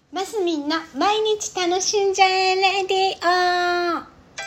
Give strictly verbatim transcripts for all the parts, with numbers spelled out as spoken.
マスミンの毎日楽しんじゃえレディオ。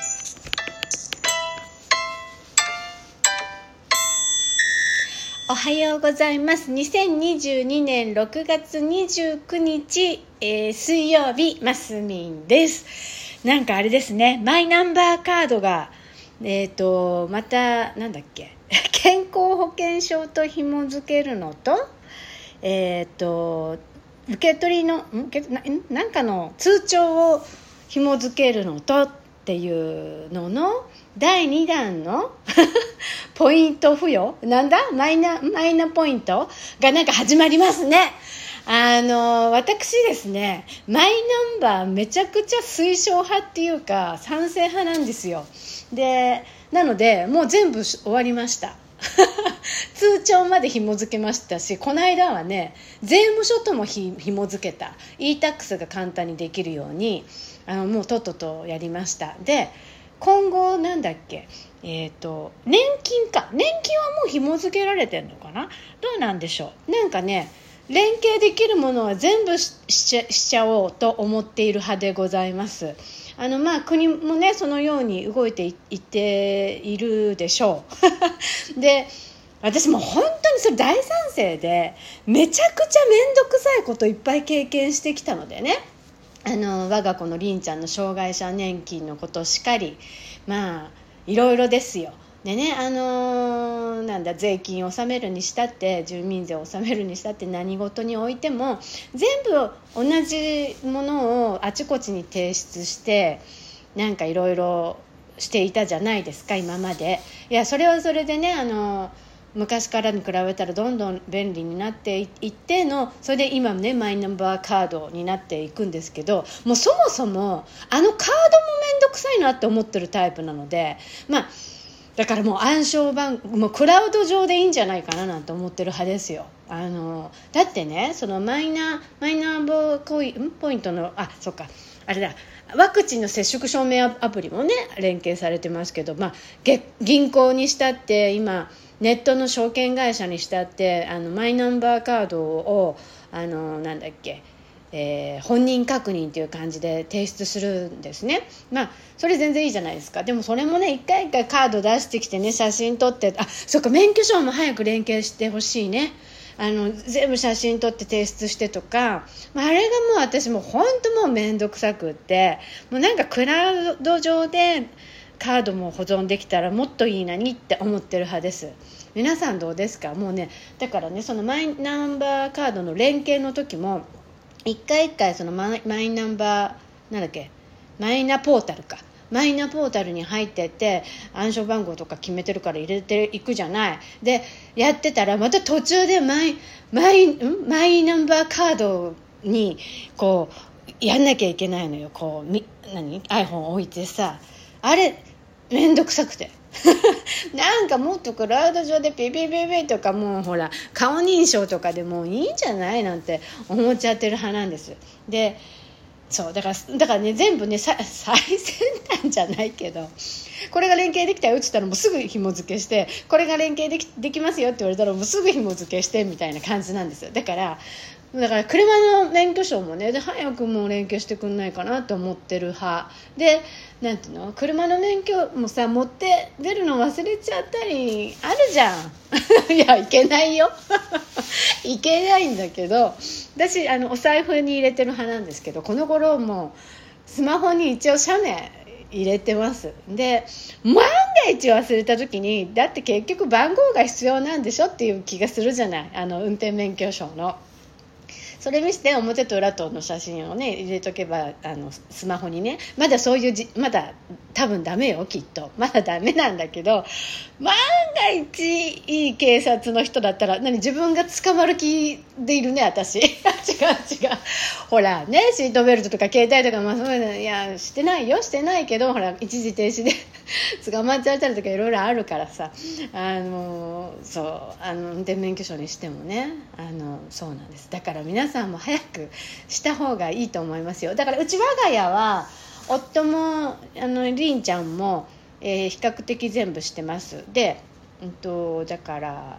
おはようございます。にせんにじゅうにねんろくがつにじゅうくにち、えー、水曜日、マスミンです。なんかあれですね、マイナンバーカードがえーとまたなんだっけ健康保険証と紐付けるのとえーと受け取りのんな, なんかの通帳を紐付けるのとっていうののだいにだんのポイント付与なんだマイナマイナポイントがなんか始まりますね。あの私ですね、マイナンバーめちゃくちゃ推奨派っていうか賛成派なんですよ。でなのでもう全部終わりました通帳まで紐付けましたし、この間はね税務署ともひ紐付けた e タックスが簡単にできるようにあのもうとっととやりました。で今後なんだっけえーと年金か年金はもう紐付けられてるのかな、どうなんでしょう。なんかね連携できるものは全部 し, し, ちゃしちゃおうと思っている派でございます。あのまあ国もねそのように動いて い, いっているでしょうで私も本当にそれ大賛成で、めちゃくちゃ面倒くさいこといっぱい経験してきたのでね、あの我が子のりんちゃんの障害者年金のことしかり、まあいろいろですよ。でね、あのー、なんだ税金を納めるにしたって住民税を納めるにしたって何事においても全部同じものをあちこちに提出してなんかいろいろしていたじゃないですか今まで。いやそれはそれでね、あのー昔からに比べたらどんどん便利になっていっての、それで今ねマイナンバーカードになっていくんですけど、もうそもそもあのカードも面倒くさいなって思ってるタイプなので、まあだからもう暗証番号もうクラウド上でいいんじゃないかななんて思ってる派ですよ。あのだってねそのマイナマイナンバーポイントのあそっかあれだワクチンの接触証明アプリもね連携されてますけど、まあ、銀行にしたって今ネットの証券会社にしたってあのマイナンバーカードをあのなんだっけ、えー、本人確認という感じで提出するんですね。まあそれ全然いいじゃないですか。でもそれもね一回一回カード出してきてね写真撮って、あそっか免許証も早く連携してほしいね。あの全部写真撮って提出してとか、まあ、あれがもう私もう本当もうめんどくさくって、もうなんかクラウド上でカードも保存できたらもっといいなにって思ってる派です。皆さんどうですか。もうねだからねそのマイナンバーカードの連携の時も一回一回そのマイ、マイナンバーなんだっけマイナポータルかマイナポータルに入ってって暗証番号とか決めてるから入れていくじゃない。でやってたらまた途中でマイ、マイ、んマイナンバーカードにこうやんなきゃいけないのよ。こうみ何 iPhone 置いてさ、あれめんどくさくてなんかもっとクラウド上でピピピピとかもうほら顔認証とかでもういいんじゃないなんて思っちゃってる派なんです。でそうだからだからね全部ね最先端じゃないけどこれが連携できたよって言ったらもうすぐ紐付けして、これが連携でき、できますよって言われたらもうすぐ紐付けしてみたいな感じなんですよ。だからだから車の免許証もねで早くもう連携してくんないかなと思ってる派で、なんていうの車の免許もさ持って出るの忘れちゃったりあるじゃんいやいけないよいけないんだけど、私あのお財布に入れてる派なんですけど、この頃もうスマホに一応写メ入れてます。で万が一忘れた時にだって結局番号が必要なんでしょっていう気がするじゃない、あの運転免許証の。それ見せて表と裏との写真をね入れとけばあのスマホにね、まだそういうじまだ多分ダメよきっとまだダメなんだけど、万が一いい警察の人だったら何自分が捕まる気でいるね私違う違うほらねシートベルトとか携帯とかまあそういうのいやしてないよしてないけどほら一時停止で捕まっちゃったりとかいろいろあるからさ、あのそうあの運転免許証にしてもねあのそうなんです。だから皆さんも早くした方がいいと思いますよ。だからうち我が家は夫もあのりんちゃんも、えー、比較的全部してます。で、うんと、だから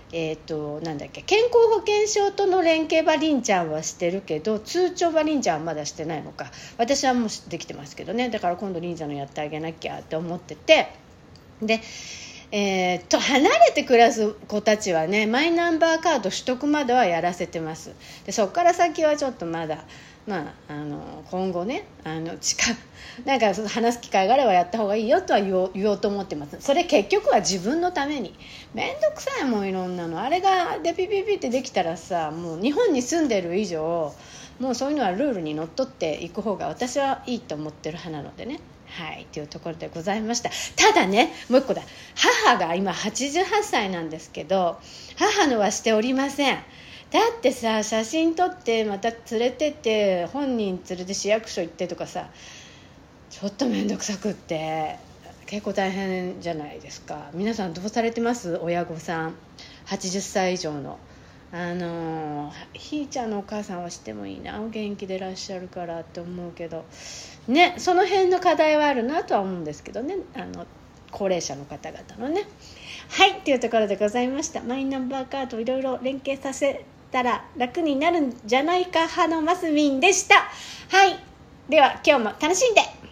えーと、なんだっけ健康保険証との連携はりんちゃんはしてるけど、通帳はりんちゃんはまだしてないのか。私はもうできてますけどね。だから今度りんちゃんのやってあげなきゃって思ってて、でえー、と離れて暮らす子たちはね、マイナンバーカード取得まではやらせてます。でそこから先はちょっとまだ、まあ、あの今後ね、あの近なんか話す機会があればやった方がいいよとは言おう、言おうと思ってます。それ結局は自分のために。めんどくさいもん、いろんなの。あれがでピピピってできたらさ、もう日本に住んでる以上もうそういうのはルールにのっとっていく方が私はいいと思ってる派なのでね。はいというところでございました。ただね、もう一個だ、母が今はちじゅうはっさいなんですけど、母のはしておりません。だってさ、写真撮ってまた連れてって本人連れて市役所行ってとかさ、ちょっと面倒くさくって結構大変じゃないですか。皆さんどうされてます？親御さんはちじゅっさい以上の。あのひーちゃんのお母さんはしてもいいな、お元気でいらっしゃるからって思うけどね、その辺の課題はあるなとは思うんですけどね、あの高齢者の方々のね。はいというところでございました。マイナンバーカードいろいろ連携させたら楽になるんじゃないか派のマスミンでした。はい、では今日も楽しんで